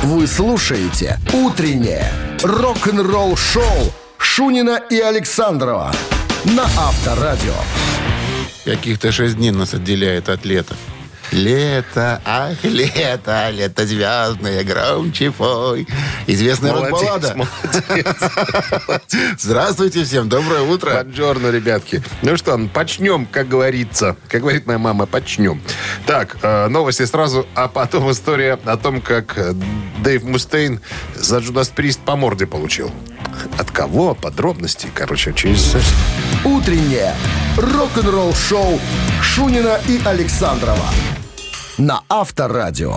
Вы слушаете «Утреннее рок-н-ролл-шоу» Шунина и Александрова на Авторадио. Каких-то 6 дней нас отделяет от лета. Лето, ах, лето, лето звездное, громче пой. Известная рок-баллада. Здравствуйте всем, доброе утро. Бонжорно, ребятки. Ну что, почнем, как говорится. Как говорит моя мама, почнем. Так, новости сразу, а потом история о том, как Дэйв Мустейн за Judas Priest по морде получил. От кого? Подробности, короче, через... Утреннее рок-н-ролл-шоу Шунина и Александрова на Авторадио.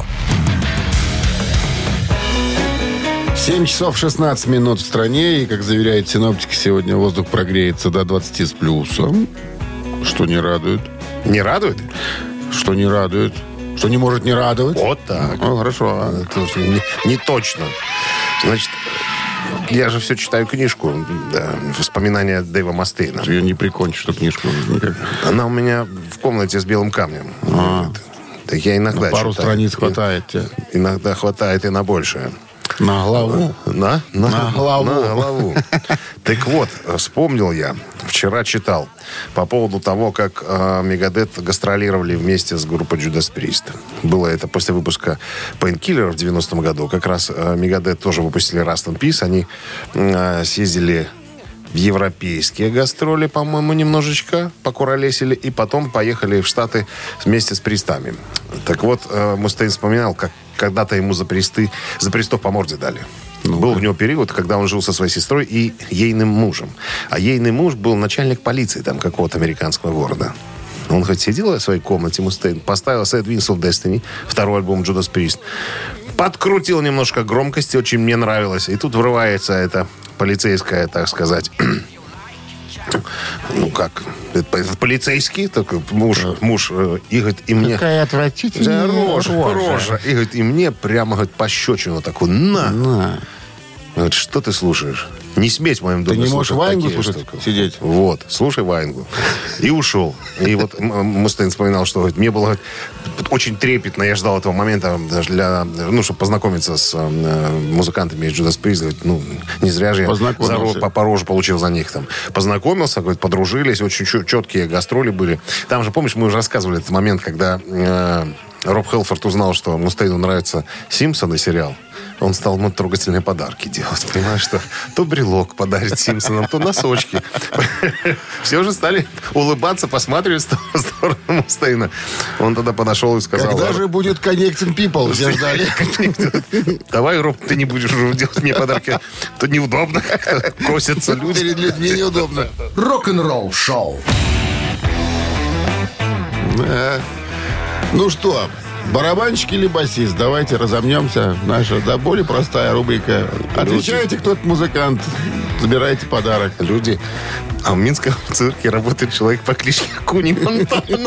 7 часов 16 минут в стране, и, как заверяет синоптики, сегодня воздух прогреется до 20 с плюсом, что не радует. Не радует? Что не радует. Что не может не радовать. Вот так. Ну, хорошо. Это не точно. Значит, я же все читаю книжку, да, «Воспоминания Дэйва Мустейна». Ты ее не прикончишь, эту книжку никак. Она у меня в комнате с белым камнем. Так я иногда пару читаю. страниц хватает тебе. Иногда хватает и на большее. На главу. На главу. На главу. Так вот, вспомнил я, вчера читал по поводу того, как Megadeth гастролировали вместе с группой Judas Priest. Было это после выпуска Painkiller в 90-м году. Как раз Megadeth тоже выпустили Rust in Peace. Они съездили в европейские гастроли, по-моему, немножечко покуролесили, и потом поехали в Штаты вместе с Пристами. Так вот, Мустейн вспоминал, как когда-то ему за Пристов по морде дали. Был у него период, когда он жил со своей сестрой и ейным мужем. А ейный муж был начальник полиции там какого-то американского города. Он хоть сидел в своей комнате, Мустейн, поставил Sad Wings of Destiny, второй альбом Judas Priest, подкрутил немножко громкости, очень мне нравилось. И тут врывается эта полицейская, так сказать... Ну как, это полицейский, такой муж, и говорит, и мне... Какая отвратительная рожа. И говорит, и мне прямо, говорит, пощечину такую, на. Говорит, что ты слушаешь? Не сметь в моем доме. Ты не можешь Ваенгу слушать, сидеть? Вот, слушай Ваенгу. И ушел. И вот Мустейн вспоминал, что говорит, мне было, говорит, очень трепетно. Я ждал этого момента даже чтобы познакомиться с музыкантами из Judas Priest. Говорит, не зря же я по роже получил за них там. Познакомился, говорит, подружились. Очень четкие гастроли были. Там же, помнишь, мы уже рассказывали этот момент, когда Роб Хелфорд узнал, что Мустейну нравится «Симпсоны» сериал. Он стал ему трогательные подарки делать. Понимаешь, что то брелок подарит Симпсонам, то носочки. Все уже стали улыбаться, посматривать в сторону Мустейна. Он тогда подошел и сказал... Когда же будет Connecting People? Все ждали. Давай, Роб, ты не будешь уже делать мне подарки. То неудобно. Косятся люди. Перед людьми неудобно. Рок-н-ролл шоу. Ну что, барабанщик или басист? Давайте разомнемся. Наша до боли простая рубрика. Отвечаете, кто это музыкант. Забирайте подарок. Люди. А в Минском цирке работает человек по кличке Куни Монтана.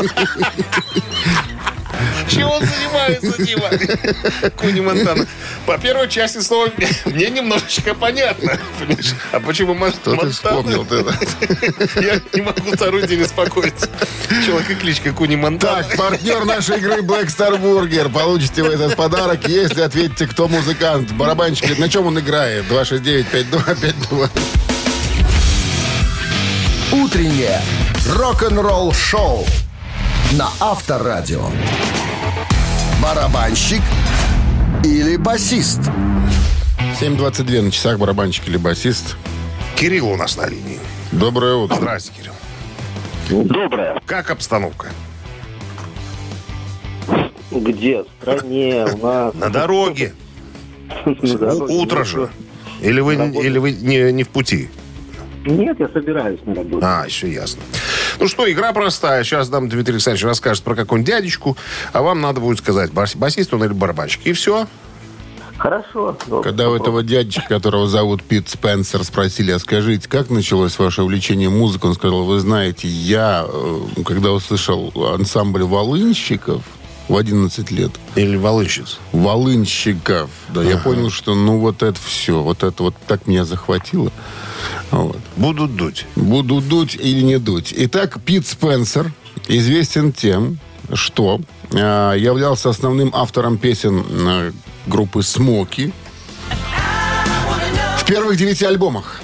Чего он занимается, Дима? Куни Монтана. По первой части слова мне немножечко понятно. Понимаешь? А почему Монтана? Что ты вспомнил тогда? Я не могу второй день успокоиться. Человек и кличка Куни Монтана. Так, партнер нашей игры Black Star Burger. Получите вы этот подарок, если ответите, кто музыкант. Барабанщик, на чем он играет? 269-5252. Утреннее рок-н-ролл шоу на Авторадио. Барабанщик или басист? 7:22 на часах. Барабанщик или басист? Кирилл у нас на линии. Доброе утро. Здрасте, Кирилл. Доброе. Как обстановка? Где? В стране, у нас. На дороге. Утро же. Или вы не в пути? Нет, я собираюсь на работу. Еще ясно. Ну что, игра простая. Сейчас нам Дмитрий Александрович расскажет про какого-нибудь дядечку, а вам надо будет сказать, басист он или барабанщик. И все. Хорошо. Когда у этого дядечка, которого зовут Пит Спенсер, спросили, а скажите, как началось ваше увлечение музыкой? Он сказал, вы знаете, я, когда услышал ансамбль волынщиков в 11 лет. Или волынщиц. Волынщиков. Да, я понял, что вот это все, вот это вот так меня захватило. Вот. Будут дуть. Буду дуть или не дуть. Итак, Пит Спенсер известен тем, что являлся основным автором песен группы «Смоки». В первых 9 альбомах.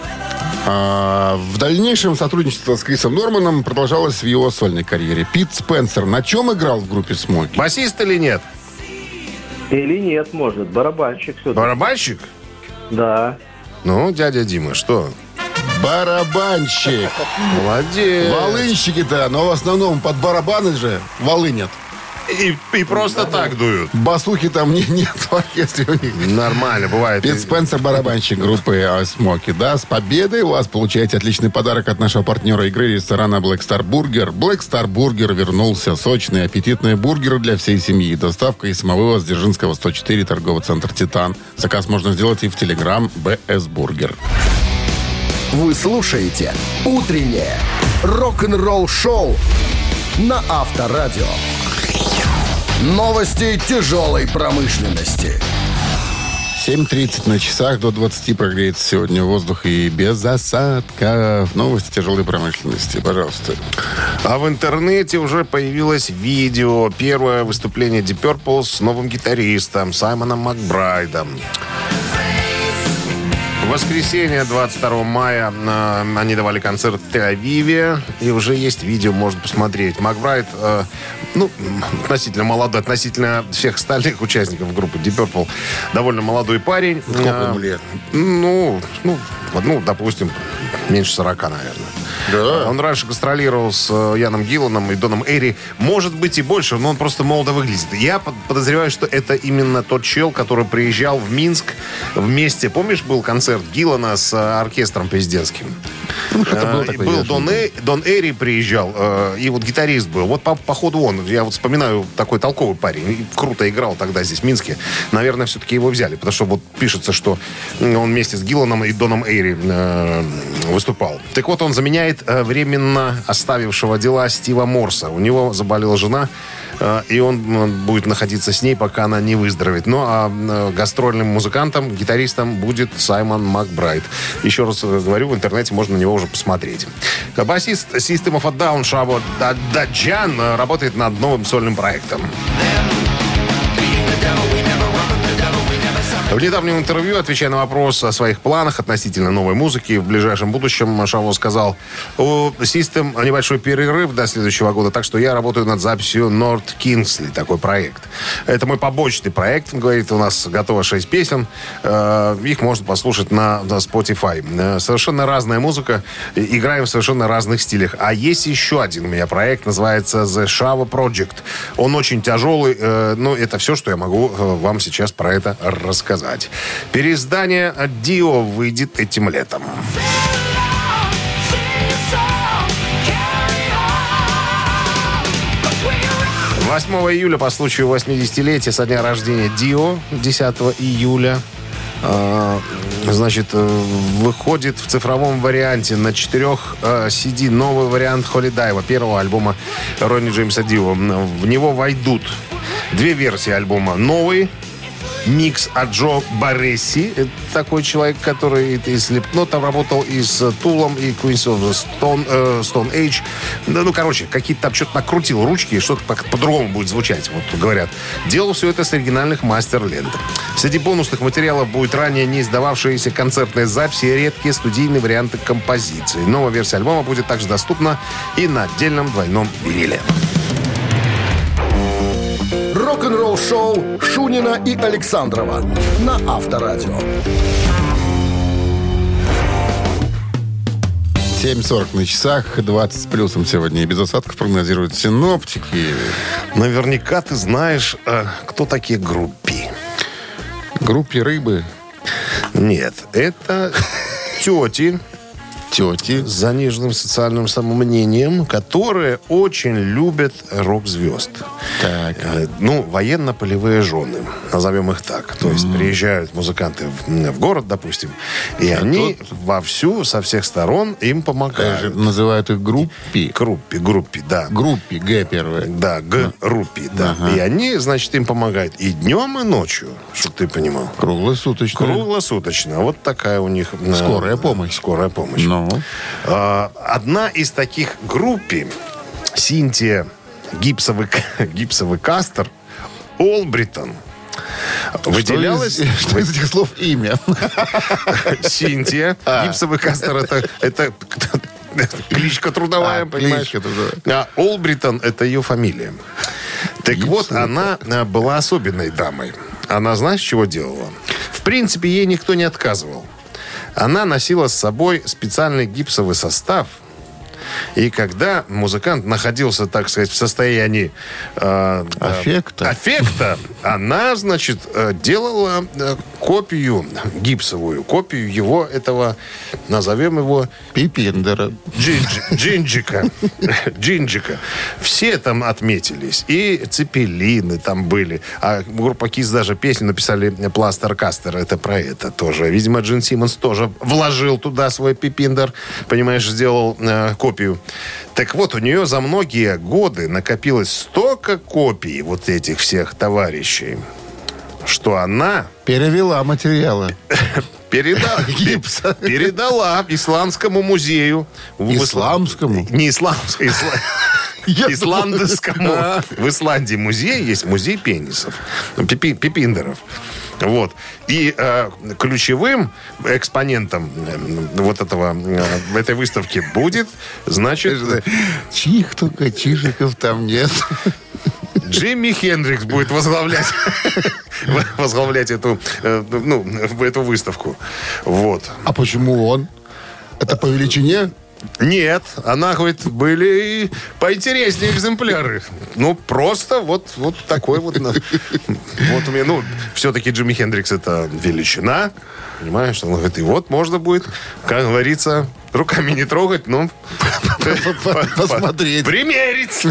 В дальнейшем сотрудничество с Крисом Норманом продолжалось в его сольной карьере. Пит Спенсер на чем играл в группе «Смоки»? Басист или нет? Или нет, может, барабанщик все-таки. Барабанщик? Да. Ну, дядя Дима, что? Барабанщик. Молодец. Волынщики-то, но в основном под барабаны же волынят. И просто так дуют. Басухи там нет в оркестре у них. Нормально, бывает. Пит Спенсер, барабанщик группы «Смоки». Да, с победой у вас получаете отличный подарок от нашего партнера игры ресторана Black Star Burger. Black Star Burger вернулся. Сочные, аппетитные бургеры для всей семьи. Доставка из самовывоз Дзержинского, 104, торговый центр «Титан». Заказ можно сделать и в Telegram BS Burger. Вы слушаете «Утреннее рок-н-ролл-шоу» на Авторадио. Новости тяжелой промышленности. 7:30 на часах, до 20 прогреется сегодня воздух и без осадков. Новости тяжелой промышленности, пожалуйста. А в интернете уже появилось видео. Первое выступление Deep Purple с новым гитаристом Саймоном Макбрайдом. В воскресенье, 22 мая, они давали концерт в Тель-Авиве. И уже есть видео, можно посмотреть. Макбрайд, относительно молодой, относительно всех остальных участников группы Deep Purple, довольно молодой парень. Сколько ему лет? Допустим, меньше 40, наверное. Да. Он раньше гастролировал с Яном Гилланом и Доном Эйри. Может быть и больше, но он просто молодо выглядит. Я подозреваю, что это именно тот чел, который приезжал в Минск вместе. Помнишь, был концерт Гиллана с оркестром президентским? Был Дон Эйри приезжал, и вот гитарист был. Вот походу он. Я вот вспоминаю, такой толковый парень. Круто играл тогда здесь, в Минске. Наверное, все-таки его взяли. Потому что вот пишется, что он вместе с Гилланом и Доном Эйри выступал. Так вот, он заменяет временно оставившего дела Стива Морса. У него заболела жена, и он будет находиться с ней, пока она не выздоровеет. Ну, а гастрольным музыкантом, гитаристом будет Саймон Макбрайд. Еще раз говорю, в интернете можно на него уже посмотреть. Басист System of a Down Шаво Даджан работает над новым сольным проектом. В недавнем интервью, отвечая на вопрос о своих планах относительно новой музыки в ближайшем будущем, Шаво сказал: у System небольшой перерыв до следующего года, так что я работаю над записью North Kingsley, такой проект. Это мой побочный проект, говорит, у нас готово 6 песен, их можно послушать на Spotify. Совершенно разная музыка, играем в совершенно разных стилях. А есть еще один у меня проект, называется The Shavo Project. Он очень тяжелый, но это все, что я могу вам сейчас про это рассказать. Переиздание Dio выйдет этим летом. 8 июля по случаю 80-летия со дня рождения Dio, 10 июля, выходит в цифровом варианте на 4 CD новый вариант Холидайва, первого альбома Ронни Джеймса Дио. В него войдут 2 версии альбома. Новый микс от Джо Баресси. Это такой человек, который и Slipknot там работал, и с Тулом, и Queens of the Stone Age. Какие-то там что-то накрутил ручки, и что-то по-другому будет звучать, вот говорят. Делал все это с оригинальных мастер-лент. Среди бонусных материалов будет ранее не издававшиеся концертные записи и редкие студийные варианты композиции. Новая версия альбома будет также доступна и на отдельном двойном виниле. Рок-н-ролл-шоу Шунина и Александрова на Авторадио. 7:40 на часах, 20 с плюсом сегодня. И без осадков прогнозируют синоптики. Наверняка ты знаешь, кто такие группи. Группе рыбы. Нет, это тети с заниженным социальным самомнением, которые очень любят рок-звезд. Так. Военно-полевые жены, назовем их так. То есть приезжают музыканты в город, допустим, и они вовсю со всех сторон им помогают. Называют их группи. Группи, да. Группи, Г первая. Да, группи, да. Ага. И они, значит, им помогают и днем, и ночью, чтобы ты понимал. Круглосуточно. Вот такая у них... Скорая помощь. Одна из таких группи, Синтия Гипсовый Кастер Олбритон, Выделялось... Что из этих слов имя? Синтия. Гипсовый Кастер это кличка трудовая, понимаешь? Кличка трудовая. А Олбритон — это ее фамилия. Так вот, она была особенной дамой. Она, знаешь, чего делала? В принципе, ей никто не отказывал. Она носила с собой специальный гипсовый состав. И когда музыкант находился, так сказать, в состоянии аффекта, она, значит, делала копию гипсовую, копию его этого, назовем его... Пипиндера. Джинджика. Все там отметились. И Цепелины там были. А группа Кис даже песню написали «Пластер Кастер». Это про это тоже. Видимо, Джин Симмонс тоже вложил туда свой пипиндер. Понимаешь, сделал копию. Так вот, у нее за многие годы накопилось столько копий вот этих всех товарищей, что она... Перевела материалы. Передала Исландскому музею. Исламскому? Не исламскому, исландскому. В Исландии музей есть, музей пенисов, пипиндеров. Вот. И ключевым экспонентом вот этой выставки будет, значит... Чьих только чижиков там нет. Джимми Хендрикс будет возглавлять эту выставку. Вот. А почему он? Это по величине? Нет, она говорит, были и поинтереснее экземпляры. Ну, просто вот такой вот. Вот у меня, все-таки Джимми Хендрикс — это величина. Понимаешь? Он говорит, и вот можно будет, как говорится, руками не трогать, но посмотреть. Примерить.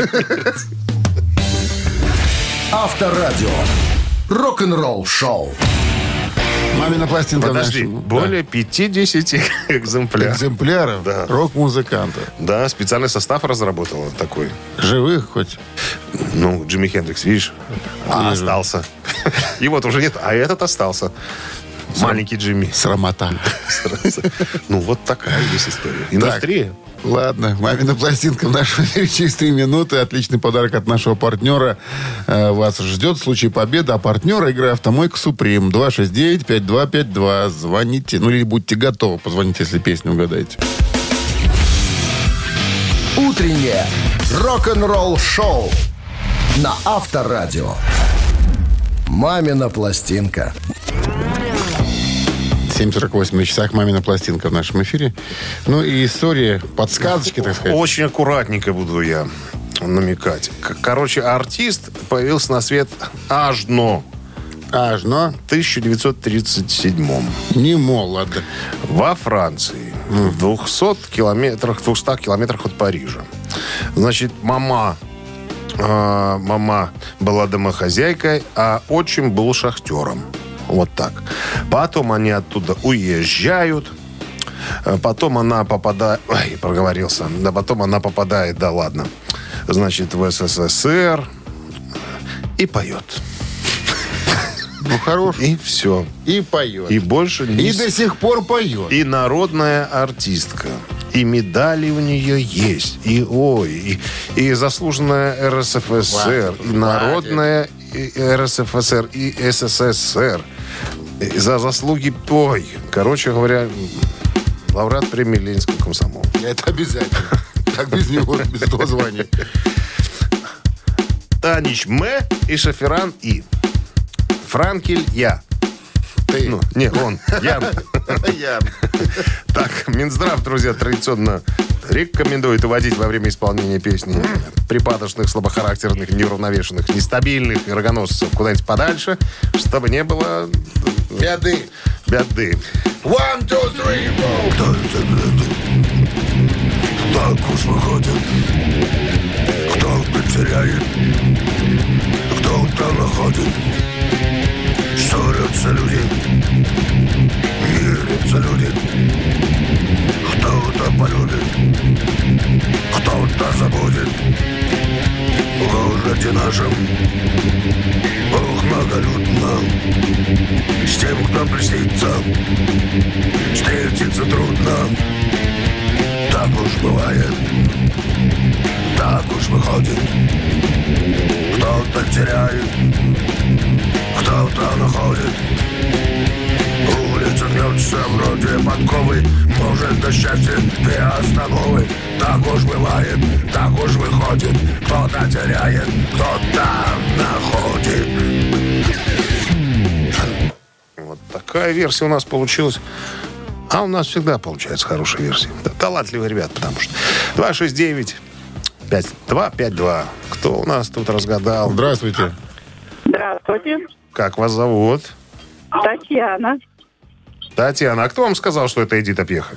Авторадио. Рок-н-ролл шоу. Мамина пластинка. Подожди, более 50 экземпляров. Экземпляров? Да. Рок-музыканта. Да, специальный состав разработала такой. Живых хоть? Ну, Джимми Хендрикс, видишь, остался. И вот уже нет, а этот остался. Маленький Джимми. Срамота. Ну, вот такая есть история. Индустрия. Ладно, мамина пластинка в нашем эфире через 3 минуты. Отличный подарок от нашего партнера вас ждет в случае победы. А партнера игры «Автомойка Суприм». 269-5252. Звоните. Ну, или будьте готовы позвонить, если песню угадаете. Утреннее рок-н-ролл шоу на Авторадио. Мамина пластинка. 7:48 на часах. Мамина пластинка в нашем эфире. Ну и история, подсказочки, так сказать. Очень аккуратненько буду я намекать. Короче, артист появился на свет аж в 1937-м. Не молодо. Во Франции. В 200 километрах от Парижа. Значит, мама была домохозяйкой, а отчим был шахтером. Вот так. Потом они оттуда уезжают. Потом она попадает... Ой, проговорился. Да, потом она попадает, да ладно, значит, в СССР и поет. Ну, хорош. И все. И поет. И больше не... И до сих пор поет. И народная артистка. И медали у нее есть. И заслуженная РСФСР. И народная РСФСР. И СССР. И за заслуги... Ой, короче говоря, лауреат премии Ленинского комсомола. Это обязательно. Как без него, без этого звания. Танич М. и Шаферан И. Франкель Я. Ты. Ну, не, он. Ян. Ян. Так, Минздрав, друзья, традиционно рекомендует уводить во время исполнения песни припадочных, слабохарактерных, неуравновешенных, нестабильных и рогоносцев куда-нибудь подальше, чтобы не было беды. 1, 2, 3, go! Так уж выходит, кто-то теряет, кто-то находит. Ссорятся люди, мирятся люди. Кто-то полюбит, кто-то забудет. В городе нашем, ох, многолюдно. С тем, кто простится, встретиться трудно. Так уж бывает, так уж выходит. Кто-то теряет, кто-то находит. Улица гнется вроде подковы, может до счастья две остановы. Так уж бывает, так уж выходит, кто-то теряет, кто-то находит. Вот такая версия у нас получилась. А у нас всегда получается хорошая версия. Талантливые ребята, потому что. 269-5252. Кто у нас тут разгадал? Здравствуйте. Здравствуйте. Как вас зовут? Татьяна. Татьяна, а кто вам сказал, что это Эдита Пьеха?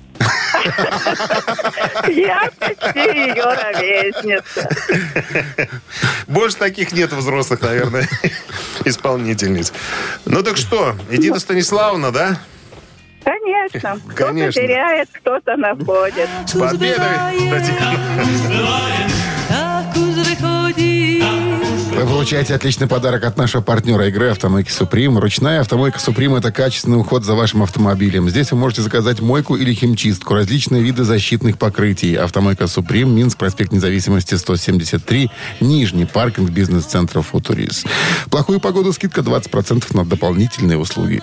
Я почти ее ровесница. Больше таких нет взрослых, наверное, исполнительниц. Ну так что, Эдита Станиславовна, да? Конечно. Кто-то Конечно. теряет, кто-то находит. С победой, Татьяна! Вы получаете отличный подарок от нашего партнера игры «Автомойки Суприм». Ручная «Автомойка Суприм» — это качественный уход за вашим автомобилем. Здесь вы можете заказать мойку или химчистку, различные виды защитных покрытий. «Автомойка Суприм», Минск, проспект Независимости, 173, Нижний паркинг бизнес-центра «Футурис». В плохую погоду скидка 20% на дополнительные услуги.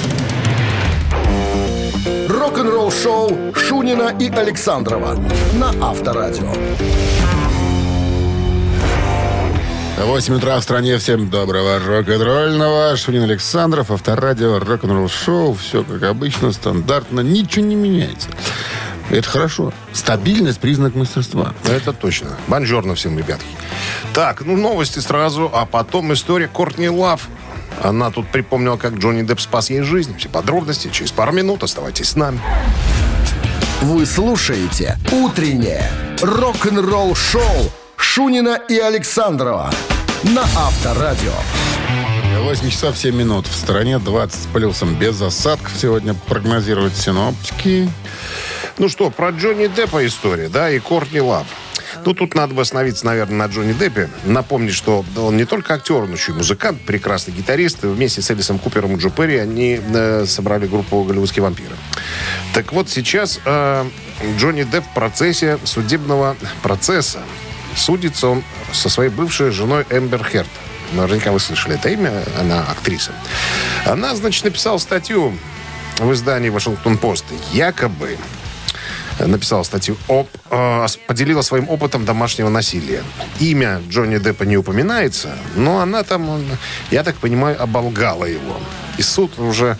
Рок-н-ролл-шоу Шунина и Александрова на Авторадио. 8 утра в стране. Всем доброго рок-н-ролльного. Шунин Александров, Авторадио, рок-н-ролл шоу. Все как обычно, стандартно. Ничего не меняется. Это хорошо. Стабильность — признак мастерства. Это точно. Бонжорно всем, ребятки. Так, новости сразу, а потом история Кортни Лав. Она тут припомнила, как Джонни Депп спас ей жизнь. Все подробности через пару минут. Оставайтесь с нами. Вы слушаете «Утреннее рок-н-ролл-шоу» Шунина и Александрова на Авторадио. 8 часов 7 минут. В стране 20 с плюсом. Без осадков сегодня прогнозируют синоптики. Ну что, про Джонни Деппа история, да, и Кортни Лав. Ну, тут надо бы остановиться, наверное, на Джонни Деппе. Напомнить, что он не только актер, он еще и музыкант, прекрасный гитарист. Вместе с Элисом Купером и Джо Перри они собрали группу «Голливудские вампиры». Так вот, сейчас Джонни Депп в процессе судебного процесса. Судится он со своей бывшей женой Эмбер Херд. Наверняка вы слышали это имя, она актриса. Она, значит, написала статью в издании «Вашингтон-Пост». Якобы написала статью, поделила своим опытом домашнего насилия. Имя Джонни Деппа не упоминается, но она там, я так понимаю, оболгала его. И суд уже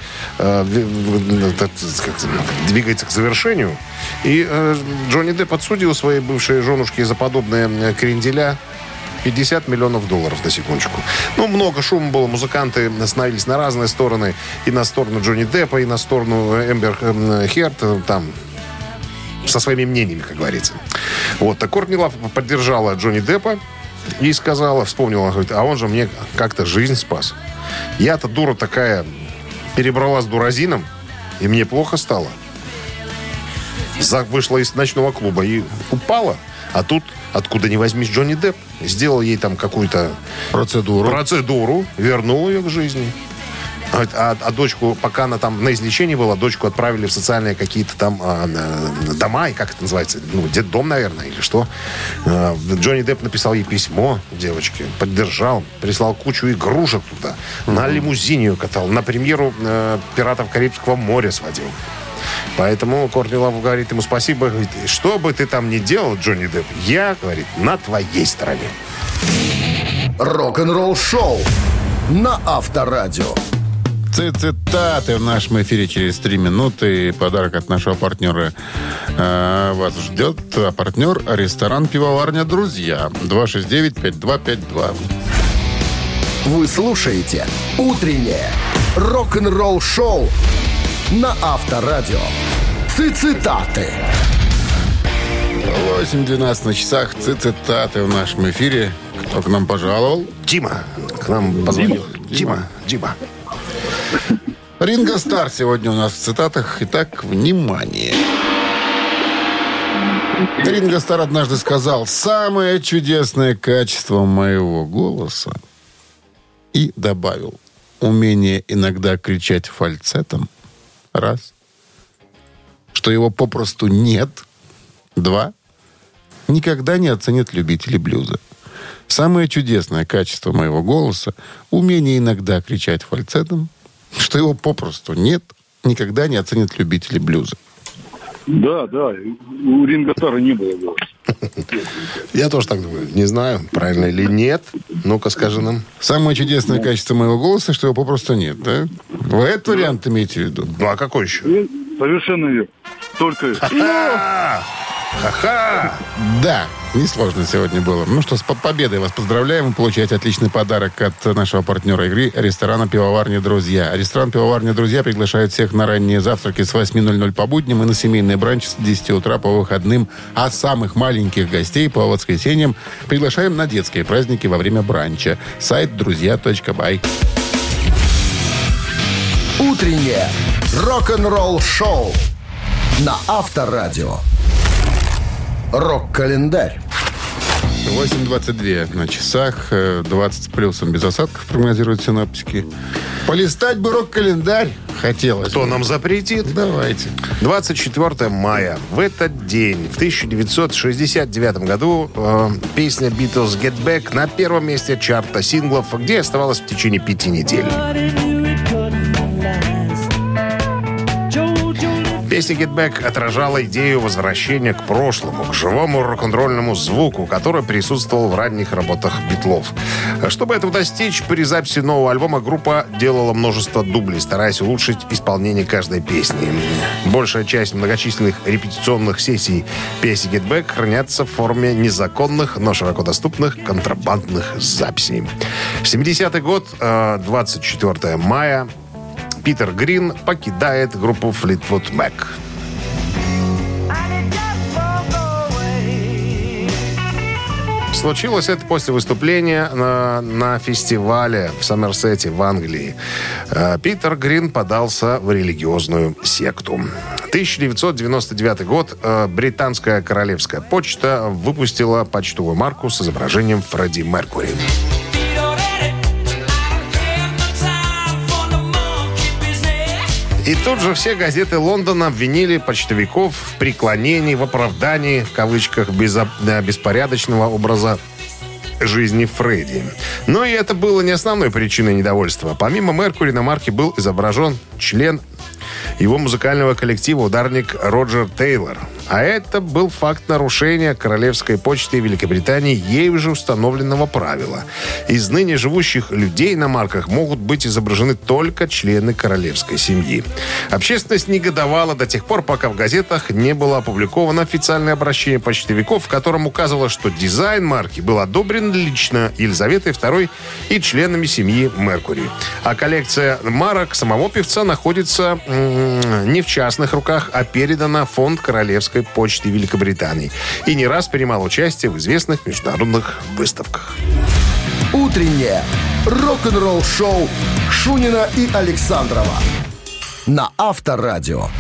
двигается к завершению. И Джонни Депп отсудил своей бывшей женушке за подобные кренделя $50 миллионов, на секундочку. Ну, много шума было. Музыканты остановились на разные стороны. И на сторону Джонни Деппа, и на сторону Эмбер Херд. Там со своими мнениями, как говорится. Вот. Так Кортни Лав поддержала Джонни Деппа и сказала, вспомнила, говорит, а он же мне как-то жизнь спас. Я-то дура такая, перебрала с дуразином, и мне плохо стало. Вышла из ночного клуба и упала. А тут, откуда ни возьмись, Джонни Депп сделал ей там какую-то процедуру, вернул ее к жизни. А дочку, пока она там на излечении была, дочку отправили в социальные какие-то там дома, и как это называется, детдом, наверное, или что. Джонни Депп написал ей письмо девочке, поддержал, прислал кучу игрушек туда, на лимузине ее катал, на премьеру «Пиратов Карибского моря» сводил. Поэтому Кортни Лав говорит ему спасибо, говорит, что бы ты там ни делал, Джонни Депп, я, говорит, на твоей стороне. Рок-н-ролл-шоу на Авторадио. Цитаты в нашем эфире через 3 минуты. Подарок от нашего партнера вас ждет. А партнер — ресторан-пивоварня «Друзья». 269-5252. Вы слушаете «Утреннее рок-н-ролл-шоу» на Авторадио. Цитаты. 8:12 на часах. Цитаты в нашем эфире. Кто к нам пожаловал? Дима к нам позвонил. Дима. Ринго Стар сегодня у нас в цитатах. Итак, внимание. Ринго Стар однажды сказал: «Самое чудесное качество моего голоса». И добавил: «Умение иногда кричать фальцетом». Раз. Что его попросту нет. Два. Никогда не оценят любители блюза. Самое чудесное качество моего голоса — умение иногда кричать фальцетом, что его попросту нет, никогда не оценят любители блюза. Да, у Ринго Старра не было голоса. Я тоже так думаю. Не знаю, правильно или нет. Ну-ка, скажи нам. Самое чудесное качество моего голоса, что его попросту нет, да? Вы этот вариант имеете в виду? Ну, а какой еще? Совершенно верно. Только... Ха-ха! Да, несложно сегодня было. Ну что, с победой вас поздравляем. Вы получаете отличный подарок от нашего партнера игры ресторана «Пивоварня Друзья». Ресторан «Пивоварня Друзья» приглашает всех на ранние завтраки с 8:00 по будням и на семейный бранч с 10 утра по выходным. А самых маленьких гостей по воскресеньям приглашаем на детские праздники во время бранча. Сайт друзья.бай. Утреннее рок-н-ролл-шоу на Авторадио. Рок-календарь. 8:22 на часах, 20 с плюсом без осадков, прогнозируют синоптики. Полистать бы рок-календарь хотелось. Кто бы. нам запретит? Давайте. 24 мая. В этот день, в 1969 году, песня «Beatles Get Back» на первом месте чарта синглов, где оставалась в течение 5 недель. Песня «Get Back» отражала идею возвращения к прошлому, к живому рок-н-ролльному звуку, который присутствовал в ранних работах Битлов. Чтобы этого достичь, при записи нового альбома группа делала множество дублей, стараясь улучшить исполнение каждой песни. Большая часть многочисленных репетиционных сессий песни «Get Back» хранятся в форме незаконных, но широко доступных контрабандных записей. 70-й год, 24 мая, Питер Грин покидает группу Fleetwood Mac. Случилось это после выступления на фестивале в Сомерсете в Англии. Питер Грин подался в религиозную секту. 1999 год. Британская королевская почта выпустила почтовую марку с изображением Фредди Меркьюри. И тут же все газеты Лондона обвинили почтовиков в преклонении, в оправдании, в кавычках, беспорядочного образа жизни Фредди. Но и это было не основной причиной недовольства. Помимо Меркьюри на марке был изображен член его музыкального коллектива, ударник Роджер Тейлор. А это был факт нарушения Королевской почты Великобритании ею же установленного правила. Из ныне живущих людей на марках могут быть изображены только члены королевской семьи. Общественность негодовала до тех пор, пока в газетах не было опубликовано официальное обращение почтовиков, в котором указывалось, что дизайн марки был одобрен лично Елизаветой II и членами семьи Меркьюри. А коллекция марок самого певца находится не в частных руках, а передана в фонд Королевской почты Великобритании. И не раз принимал участие в известных международных выставках. Утреннее рок-н-ролл-шоу Шунина и Александрова на Авторадио.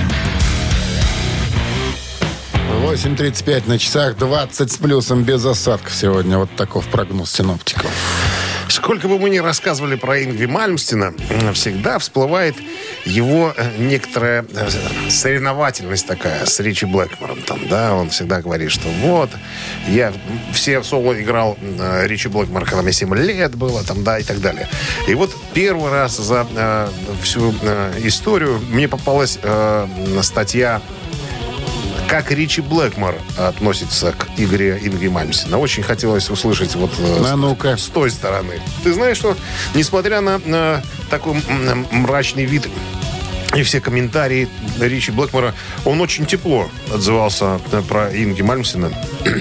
8:35 на часах, 20 с плюсом без осадков сегодня. Вот таков прогноз синоптиков. Сколько бы мы ни рассказывали про Ингви Мальмстена, всегда всплывает его некоторая соревновательность такая с Ричи Блэкмором. Там, да? Он всегда говорит, что вот, я все соло играл Ричи Блэкмор, когда мне 7 лет было, там, да, и так далее. И вот первый раз за всю историю мне попалась статья, как Ричи Блэкмор относится к игре Ингви Мальмстена. Очень хотелось услышать вот с той стороны. Ты знаешь, что несмотря на такой мрачный вид и все комментарии Ричи Блэкмора, он очень тепло отзывался про Ингви Мальмстена.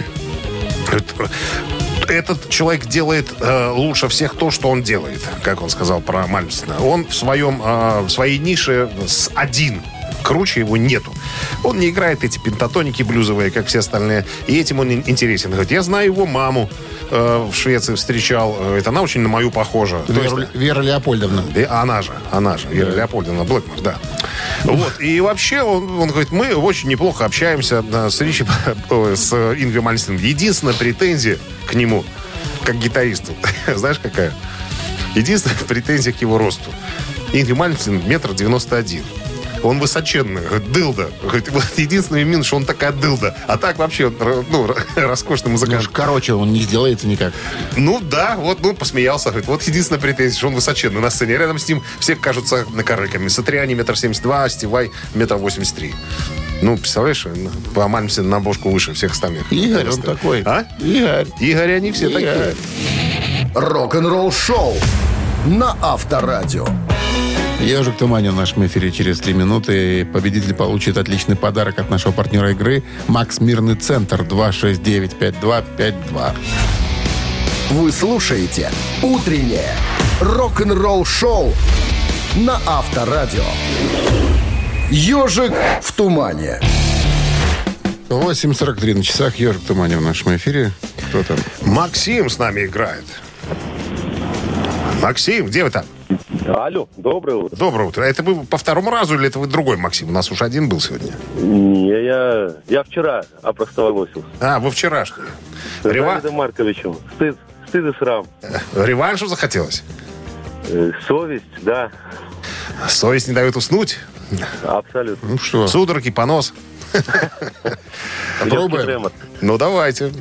Этот человек делает лучше всех то, что он делает, как он сказал про Мальмстена. Он в своей нише один. Круче его нету. Он не играет эти пентатоники блюзовые, как все остальные. И этим он интересен. Он говорит, я знаю его маму, в Швеции встречал. Это она очень на мою похожа. Вера Леопольдовна. Она же, Вера Леопольдовна Блэкмор, да. Вот. И вообще, он говорит, мы очень неплохо общаемся с Ингви Мальмстеном. Единственная претензия к нему, как гитаристу, знаешь, какая? Единственная претензия к его росту. Ингви Мальмстен 1,91 м. Он высоченный, дылда. Вот единственный минус, что он такая дылда. А так вообще, роскошный музыкант. Короче, он не сделается никак. Ну да, посмеялся. Говорит, вот единственная претензия, что он высоченный на сцене. Рядом с ним все кажутся накарыками. Сатриани 1,72 м, Стив Vai 1,83 м. Представляешь, по Мальмстейну на обложку выше всех остальных. Игорь, он такой. А? Игорь, они все такие. Рок-н-ролл шоу на Авторадио. «Ежик в тумане» в нашем эфире через 3 минуты. Победитель получит отличный подарок от нашего партнера игры «Макс Мирный Центр» 269-5252. Вы слушаете «Утреннее рок-н-ролл шоу» на Авторадио. «Ежик в тумане». 8:43 на часах. «Ежик в тумане» в нашем эфире. Кто там? Максим с нами играет. Максим, где вы там? Алло, доброе утро. Доброе утро. Это вы по второму разу или это вы другой Максим? У нас уж один был сегодня. Не, я вчера опростоволосился. Вы вчерашний. С Леонидом Марковичем. Стыд и срам. Реваншу захотелось? Совесть, да. Совесть не дает уснуть? Абсолютно. Ну что? Судороги, понос. Попробуем? Ну, давайте.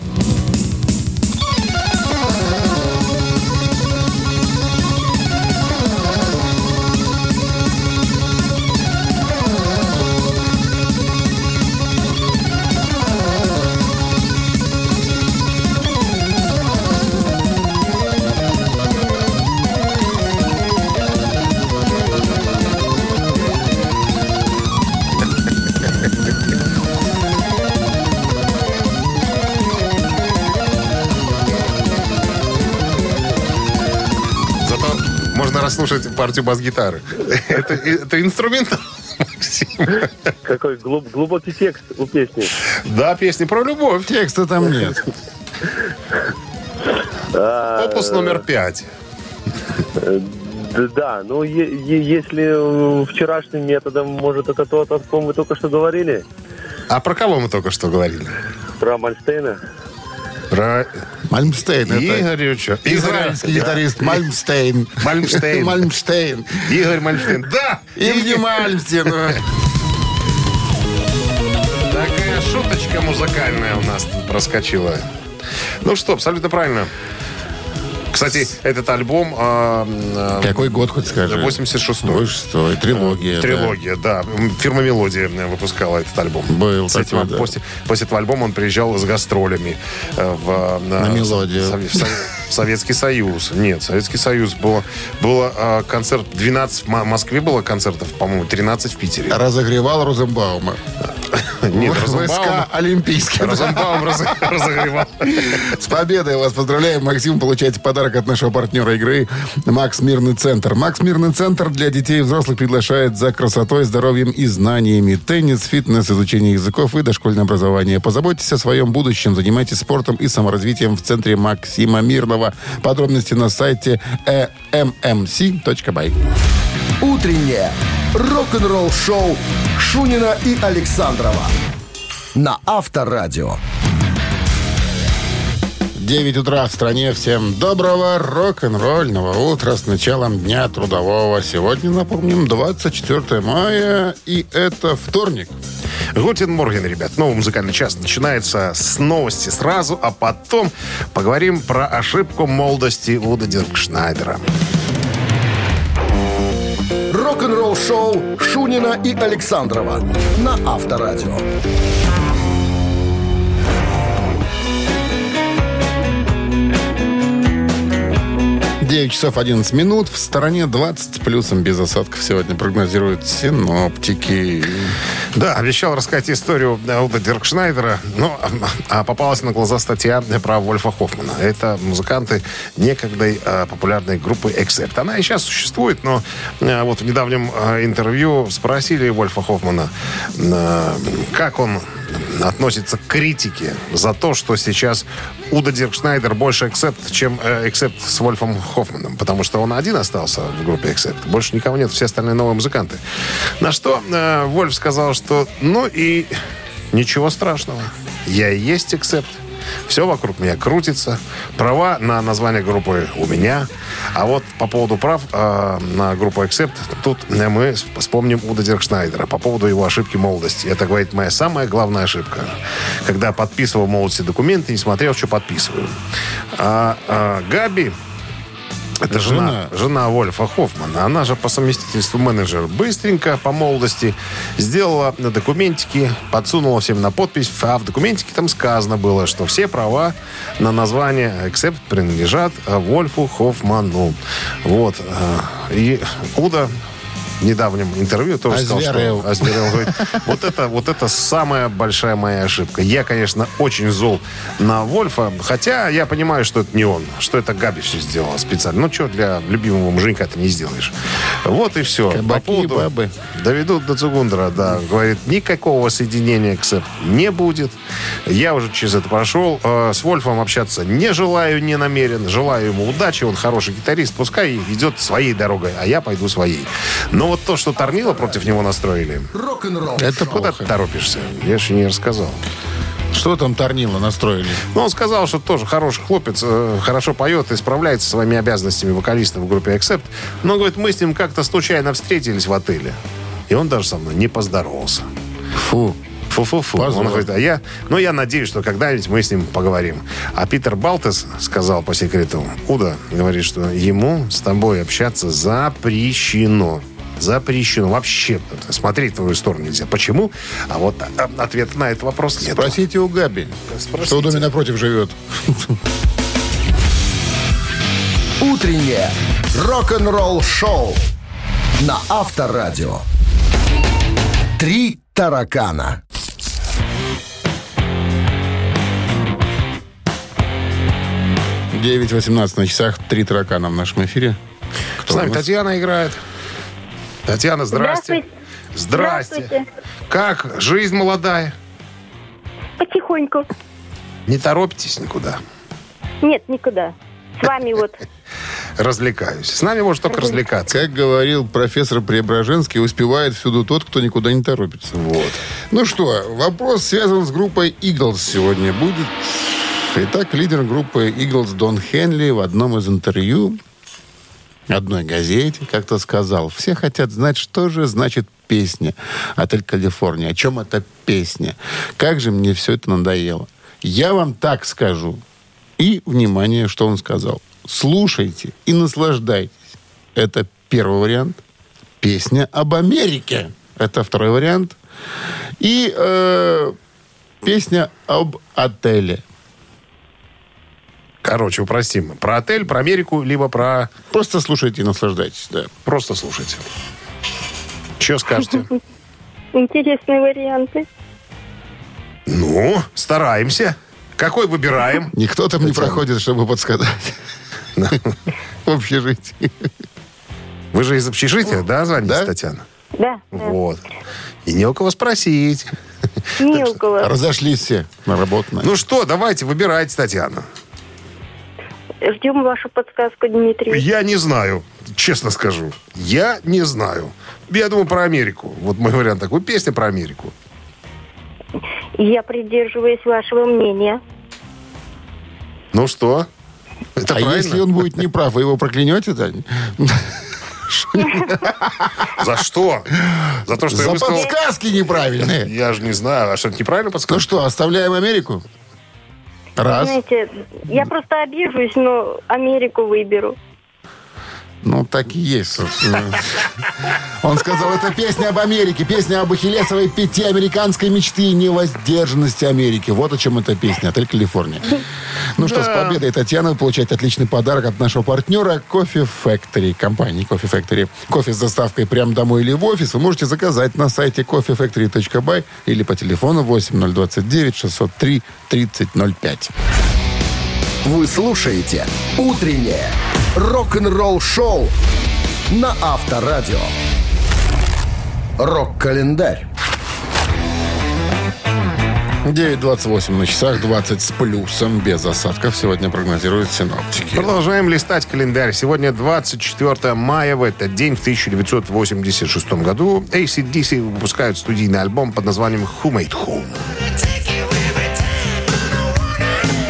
Можно расслушать партию бас-гитары. Это инструментал, Максим. Какой глубокий текст у песни. Да, песни про любовь. Текста там нет. Опус номер 5. Да, если вчерашним методом, может, это то, о ком вы только что говорили? А про кого мы только что говорили? Про Мальмстейна. Про Мальмстейн. Игоревича. Израильский гитарист Мальмстейн. Мальмстейн. Игорь Мальмстейн. Да! Игорь Мальмстейн. Такая шуточка музыкальная у нас тут проскочила. Ну что, абсолютно правильно. Кстати, этот альбом... Какой год, хоть скажи? 86-й. 86-й. Трилогия. Трилогия, да. Фирма «Мелодия» выпускала этот альбом. Был Кстати, такой, да. после этого альбома он приезжал с гастролями на «Мелодию». В Советский Союз. Нет, Советский Союз. Было концерт 12 в Москве, было концертов, по-моему, 13 в Питере. Разогревал Розенбаума. Нет, ВСК Олимпийский. Розенбаум разогревал. С победой вас поздравляем, Максим. Получаете подарок от нашего партнера игры «Макс Мирный Центр». «Макс Мирный Центр» для детей и взрослых приглашает за красотой, здоровьем и знаниями. Теннис, фитнес, изучение языков и дошкольное образование. Позаботьтесь о своем будущем. Занимайтесь спортом и саморазвитием в центре Максима Мирного. Подробности на сайте mmc.by. Утреннее рок-н-ролл-шоу Шунина и Александрова на Авторадио. 9 утра в стране. Всем доброго рок-н-ролльного утра с началом дня трудового. Сегодня, напомним, 24 мая, и это вторник. Гутен Морген, ребят. Новый музыкальный час начинается с новости сразу, а потом поговорим про ошибку молодости Уда Диркшнайдера. Рок-н-ролл-шоу Шунина и Александрова на Авторадио. 9 часов 11 минут. В стороне 20 с плюсом без осадков сегодня прогнозируют синоптики. Да, обещал рассказать историю Уда Диркшнайдера, но попалась на глаза статья про Вольфа Хоффмана. Это музыканты некогда популярной группы Accept. Она и сейчас существует, но вот в недавнем интервью спросили Вольфа Хоффмана, как он относится к критике за то, что сейчас Уда Диркшнайдер больше Accept, чем Accept с Вольфом Хоффманом, потому что он один остался в группе Accept. Больше никого нет, все остальные новые музыканты. На что Вольф сказал, что ну и ничего страшного. Я и есть Accept. Все вокруг меня крутится. Права на название группы у меня. А вот по поводу прав на группу Accept, тут мы вспомним Уда Диркшнайдера по поводу его ошибки молодости. Это, говорит, моя самая главная ошибка. Когда подписывал в молодости документы, не смотрел, что подписываю. Габи, это жена Вольфа Хоффмана. Она же по совместительству менеджер. Быстренько, по молодости, сделала документики, подсунула всем на подпись. А в документике там сказано было, что все права на название Accept принадлежат Вольфу Хоффману. Вот. И Уда в недавнем интервью тоже сказал, что озверел. Говорит, вот это самая большая моя ошибка. Я, конечно, очень зол на Вольфа, хотя я понимаю, что это не он, что это Габи все сделала специально. Ну, что для любимого муженька ты не сделаешь. Вот и все. Кабаки, по поводу бабы. Давиду Дацугундера, да, говорит, никакого соединения Accept не будет. Я уже через это прошел. С Вольфом общаться не желаю, не намерен. Желаю ему удачи, он хороший гитарист. Пускай идет своей дорогой, а я пойду своей. Но вот то, что Торнило против него настроили, Это куда плохо. ты торопишься? Я же не рассказал. Что там Торнило настроили? Ну, он сказал, что тоже хороший хлопец, хорошо поет и справляется со своими обязанностями вокалиста в группе Accept. Но, говорит, мы с ним как-то случайно встретились в отеле. И он даже со мной не поздоровался. Фу. Фу-фу-фу. Позор. Он говорит, я надеюсь, что когда-нибудь мы с ним поговорим. А Питер Балтес сказал по секрету, Уда говорит, что ему с тобой общаться запрещено. Запрещено. Вообще смотреть в твою сторону нельзя. Почему? А вот ответа на этот вопрос нет. Спросите у Габи, что в доме напротив живет. Утреннее рок-н-ролл-шоу на Авторадио. 3 таракана. 9:18 на часах, 3 таракана в нашем эфире. С нами Татьяна играет. Татьяна, здрасте. Здравствуйте. Как? Жизнь молодая? Потихоньку. Не торопитесь никуда? Нет, никуда. С вами вот. Развлекаюсь. С нами может только развлекаться. Как говорил профессор Преображенский, успевает всюду тот, кто никуда не торопится. Вот. Ну что, вопрос связан с группой Eagles сегодня будет. Итак, лидер группы Eagles Дон Хенли в одном из интервью одной газете как-то сказал: все хотят знать, что же значит песня «Отель Калифорния». О чем эта песня? Как же мне все это надоело. Я вам так скажу. И, внимание, что он сказал. Слушайте и наслаждайтесь. Это первый вариант. Песня об Америке. Это второй вариант. И песня об отеле. Короче, упростим. Про отель, про Америку, либо про... Просто слушайте и наслаждайтесь, да. Просто слушайте. Что скажете? Интересные варианты. Ну, стараемся. Какой выбираем? Никто там не проходит, чтобы подсказать. В общежитии. Вы же из общежития, да, звоните, Да? Татьяна? Да. Вот. И не у кого спросить. Не у кого. Разошлись все на работу. Ну что, давайте, выбирайте, Татьяна. Ждем вашу подсказку, Дмитрий. Я не знаю, честно скажу. Я не знаю. Я думаю про Америку. Вот мой вариант такой. Песня про Америку. Я придерживаюсь вашего мнения. Ну что? Это А правильно? если он будет неправ, вы его проклянете, Таня? За что? За то, что я За высказал... подсказки неправильные. Я же не знаю. А что, это неправильно Ну подсказал? что, оставляем Америку? Раз. Знаете, я просто обижусь, но Америку выберу. Ну, так и есть, собственно. Он сказал, это песня об Америке, песня об ахиллесовой пяти американской мечты и невоздержанности Америки. Вот о чем эта песня. «Отель Калифорния». Ну что, с победой, Татьяна, вы получаете отличный подарок от нашего партнера Coffee Factory, компании Coffee Factory. Кофе с доставкой прямо домой или в офис вы можете заказать на сайте coffeefactory.by или по телефону 8029 603 3005. Вы слушаете «Утреннее рок-н-ролл-шоу» на Авторадио. Рок-календарь. 9:28 на часах, 20 с плюсом, без осадков. Сегодня прогнозируют синоптики. Продолжаем листать календарь. Сегодня 24 мая. В этот день, в 1986 году, AC/DC выпускают студийный альбом под названием «Who Made Home».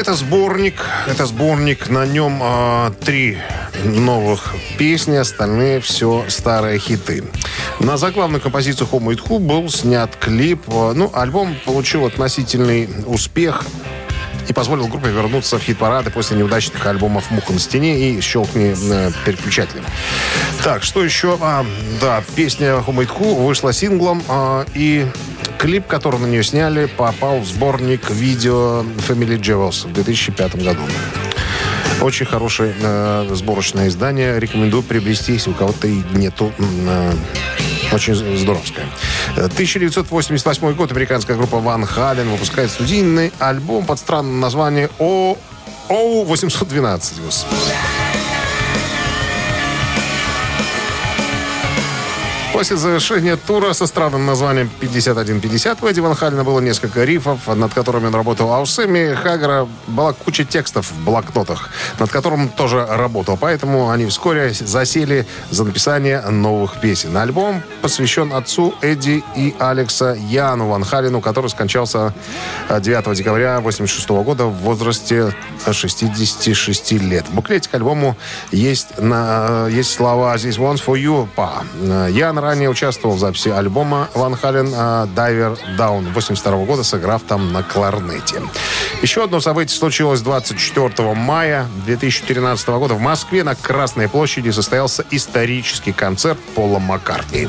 Это сборник. На нем 3 новых песни, остальные все старые хиты. На заглавную композицию «Home with Who» был снят клип. Альбом получил относительный успех и позволил группе вернуться в хит-парады после неудачных альбомов «Муха на стене» и «Щелкни переключателем». Так, что еще? Песня «Home with Who» вышла синглом, и клип, который на нее сняли, попал в сборник видео Family Jewels в 2005 году. Очень хорошее сборочное издание. Рекомендую приобрести, если у кого-то и нету. Очень здоровское. 1988 год. Американская группа Ван Хален выпускает студийный альбом под странным названием «812». После завершения тура со странным названием 5150 у Эдди Ван Халена было несколько рифов, над которыми он работал. А у Сэмми Хаггера была куча текстов в блокнотах, над которым тоже работал. Поэтому они вскоре засели за написание новых песен. Альбом посвящен отцу Эдди и Алекса Яну Ван Халену, который скончался 9 декабря 1986 года в возрасте 66 лет. В буклете к альбому есть слова «This one's for you, pa». Ян ранее участвовал в записи альбома Ван Хален «Diver Down» 1982 года, сыграв там на кларнете. Еще одно событие случилось 24 мая 2013 года. В Москве на Красной площади состоялся исторический концерт Пола Маккартни.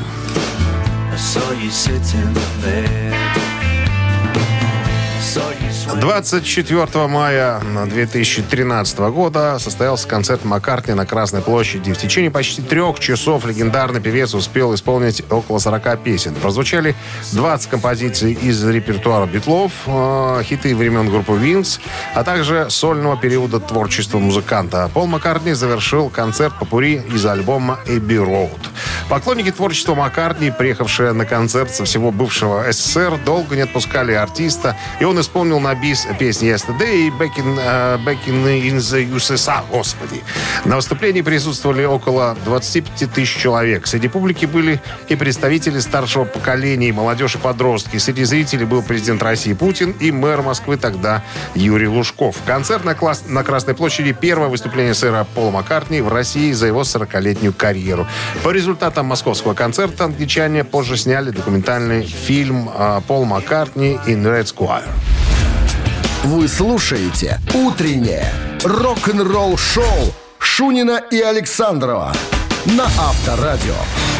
24 мая 2013 года состоялся концерт Маккартни на Красной площади. В течение почти 3 часов легендарный певец успел исполнить около 40 песен. Прозвучали 20 композиций из репертуара Битлов, хиты времен группы Wings, а также сольного периода творчества музыканта. Пол Маккартни завершил концерт попурри из альбома «Эбби Роуд». Поклонники творчества Маккартни, приехавшие на концерт со всего бывшего СССР, долго не отпускали артиста, и он исполнил на бис песни «Yesterday» и «Back in the USSR». Господи. На выступлении присутствовали около 25 тысяч человек. Среди публики были и представители старшего поколения, и молодежь, и подростки. Среди зрителей был президент России Путин и мэр Москвы тогда Юрий Лужков. Концерт на Красной площади — первое выступление сэра Пола Маккартни в России за его 40-летнюю карьеру. По результатам московского концерта англичане позже сняли документальный фильм «Пол Маккартни in Red Square». Вы слушаете «Утреннее рок-н-ролл-шоу» Шунина и Александрова на Авторадио.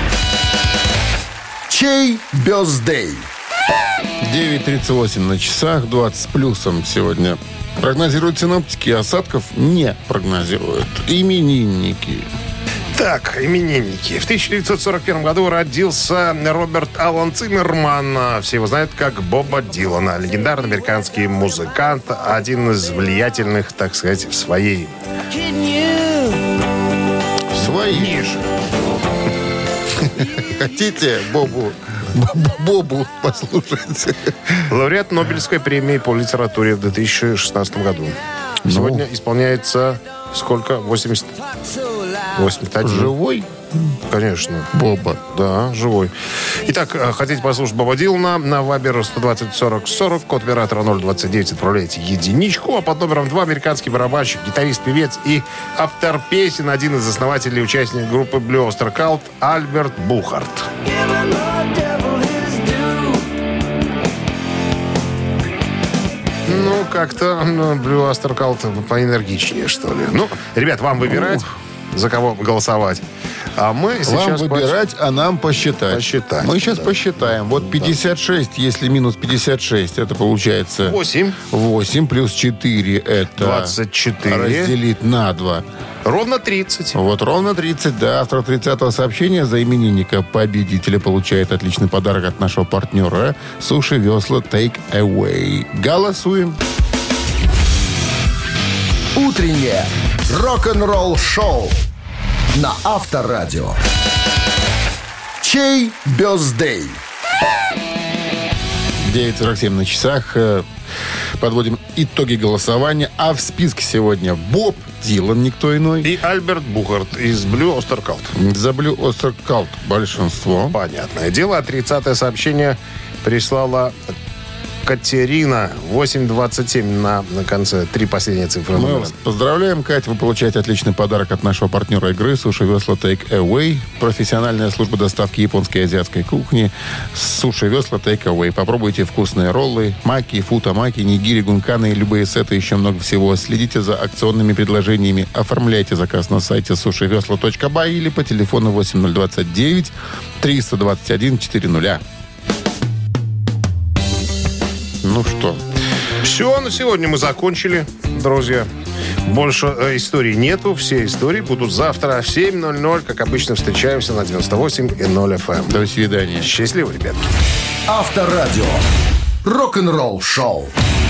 Чей бёздей? 9:38 на часах, 20 с плюсом сегодня. Прогнозируют синоптики, осадков не прогнозируют. Именинники. Так, именинники. В 1941 году родился Роберт Алан Циммерман. Все его знают как Боба Дилана. Легендарный американский музыкант. Один из влиятельных, так сказать, в своей... Ниже. Хотите Бобу послушать? Лауреат Нобелевской премии по литературе в 2016 году. Сегодня исполняется... Сколько? 81. Живой? Конечно. Боба. Да, живой. Итак, хотите послушать Боба Дилана? На Вайбер 120-40-40, код оператора 029, отправляйте единичку. А под номером 2 американский барабанщик, гитарист, певец и автор песен, один из основателей и участников группы Blue Oyster Cult Альберт Бухарт. Ну, как-то Blue Oyster Cult поэнергичнее, что ли. Ну, ребят, вам выбирать, за кого голосовать. А мы сейчас... Вам выбирать, а нам посчитать. Мы сейчас посчитаем. Вот 56, если минус 56, это получается... 8. 8 плюс 4, это... 24. Разделить на 2. Ровно 30. Вот ровно 30, да. Автор 30-го сообщения за именинника победителя получает отличный подарок от нашего партнера «Суши Весла Take Away». Голосуем. Утреннее рок-н-ролл-шоу на Авторадио. Чей бёздей? 9:47 на часах. Подводим итоги голосования. А в списке сегодня Боб Дилан, никто иной. И Альберт Бухарт из Blue Oyster Cult. За Blue Oyster Cult большинство. Понятное дело. 30-е сообщение прислала Екатерина. 827 на конце. 3 последние цифры. Мы вас поздравляем, Кать. Вы получаете отличный подарок от нашего партнера игры «Суши Весла Take Away». Профессиональная служба доставки японской и азиатской кухни. «Суши Весла Take Away». Попробуйте вкусные роллы, маки, футамаки, нигири, гунканы и любые сеты, еще много всего. Следите за акционными предложениями. Оформляйте заказ на сайте sushivesla.by или по телефону 8029 321 400. Ну что? Все, на сегодня мы закончили, друзья. Больше историй нету. Все истории будут завтра в 7:00. Как обычно, встречаемся на 98,0 FM. До свидания. Счастливо, ребятки. Авторадио. Рок-н-ролл шоу.